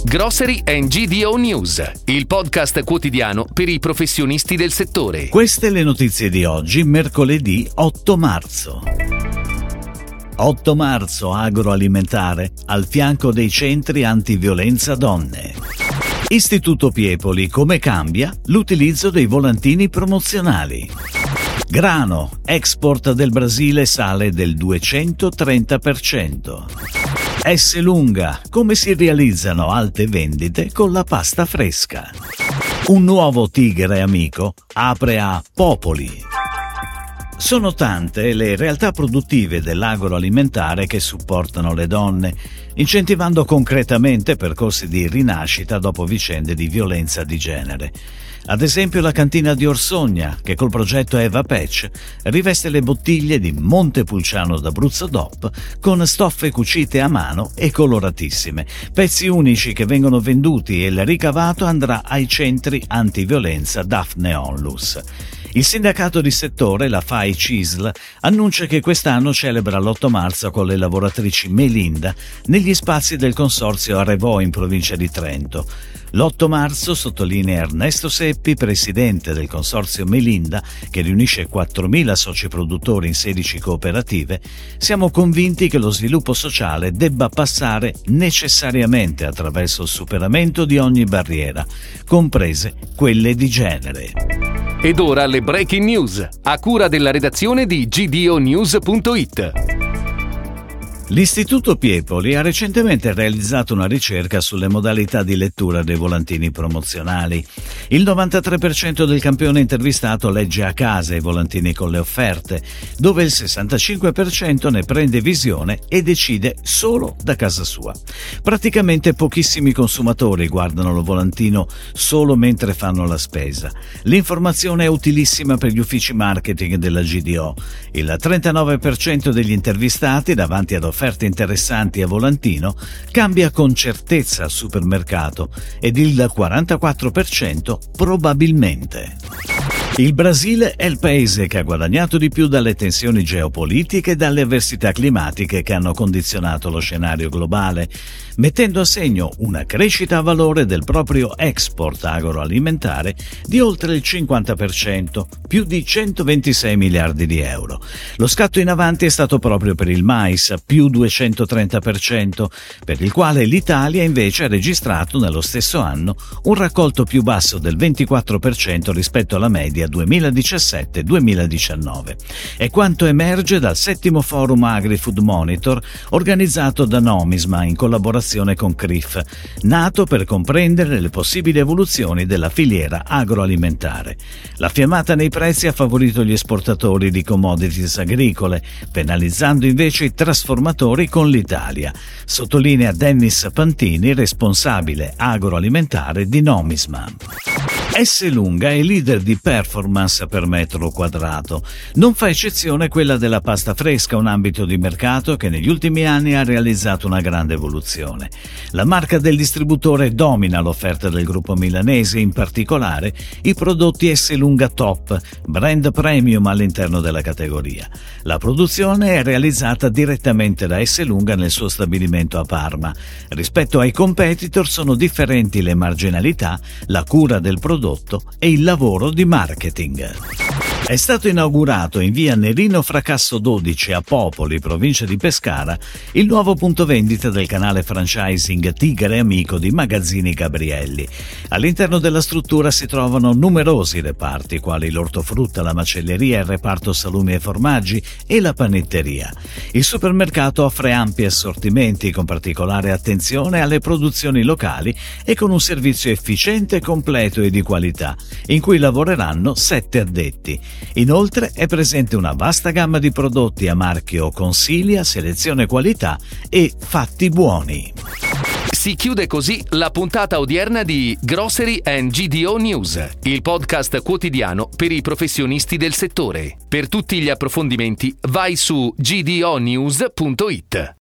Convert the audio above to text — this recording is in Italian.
Grocery and GDO News, il podcast quotidiano per i professionisti del settore. Queste le notizie di oggi, mercoledì 8 marzo. 8 marzo, agroalimentare, al fianco dei centri antiviolenza donne. Istituto Piepoli, come cambia l'utilizzo dei volantini promozionali. Grano, export del Brasile sale del 230%. Esselunga, come si realizzano alte vendite con la pasta fresca. Un nuovo tigre amico apre a Popoli. Sono tante le realtà produttive dell'agroalimentare che supportano le donne, incentivando concretamente percorsi di rinascita dopo vicende di violenza di genere. Ad esempio la cantina di Orsogna, che col progetto Eva Patch riveste le bottiglie di Montepulciano d'Abruzzo DOP con stoffe cucite a mano e coloratissime, pezzi unici che vengono venduti e il ricavato andrà ai centri antiviolenza Daphne Onlus. Il sindacato di settore, la FAI CISL, annuncia che quest'anno celebra l'8 marzo con le lavoratrici Melinda negli spazi del consorzio Arevò in provincia di Trento. L'8 marzo, sottolinea Ernesto Seppi, presidente del consorzio Melinda, che riunisce 4.000 soci produttori in 16 cooperative, siamo convinti che lo sviluppo sociale debba passare necessariamente attraverso il superamento di ogni barriera, comprese quelle di genere. Ed ora le breaking news, a cura della redazione di gdonews.it. L'Istituto Piepoli ha recentemente realizzato una ricerca sulle modalità di lettura dei volantini promozionali. Il 93% del campione intervistato legge a casa i volantini con le offerte, dove il 65% ne prende visione e decide solo da casa sua. Praticamente pochissimi consumatori guardano il volantino solo mentre fanno la spesa. L'informazione è utilissima per gli uffici marketing della GDO. Il 39% degli intervistati davanti ad offerte interessanti a volantino cambia con certezza al supermercato ed il 44% probabilmente. Il Brasile è il paese che ha guadagnato di più dalle tensioni geopolitiche e dalle avversità climatiche che hanno condizionato lo scenario globale, mettendo a segno una crescita a valore del proprio export agroalimentare di oltre il 50%, più di 126 miliardi di euro. Lo scatto in avanti è stato proprio per il mais, più 230%, per il quale l'Italia invece ha registrato nello stesso anno un raccolto più basso del 24% rispetto alla media 2017-2019. È quanto emerge dal 7° Forum Agri-Food Monitor organizzato da Nomisma in collaborazione con CRIF, nato per comprendere le possibili evoluzioni della filiera agroalimentare. La fiammata nei prezzi ha favorito gli esportatori di commodities agricole, penalizzando invece i trasformatori con l'Italia, sottolinea Dennis Pantini, responsabile agroalimentare di Nomisma. Esselunga è leader di performance per metro quadrato. Non fa eccezione quella della pasta fresca, un ambito di mercato che negli ultimi anni ha realizzato una grande evoluzione. La marca del distributore domina l'offerta del gruppo milanese, in particolare i prodotti Esselunga Top, brand premium all'interno della categoria. La produzione è realizzata direttamente da Esselunga nel suo stabilimento a Parma. Rispetto ai competitor sono differenti le marginalità, la cura del prodotto e il lavoro di marketing. È stato inaugurato in via Nerino Fracasso 12 a Popoli, provincia di Pescara, il nuovo punto vendita del canale franchising Tigre Amico di Magazzini Gabrielli. All'interno della struttura si trovano numerosi reparti, quali l'ortofrutta, la macelleria, il reparto salumi e formaggi e la panetteria. Il supermercato offre ampi assortimenti, con particolare attenzione alle produzioni locali e con un servizio efficiente, completo e di qualità, in cui lavoreranno 7 addetti. Inoltre è presente una vasta gamma di prodotti a marchio Consilia, Selezione Qualità e Fatti Buoni. Si chiude così la puntata odierna di Grocery and GDO News, il podcast quotidiano per i professionisti del settore. Per tutti gli approfondimenti vai su gdonews.it.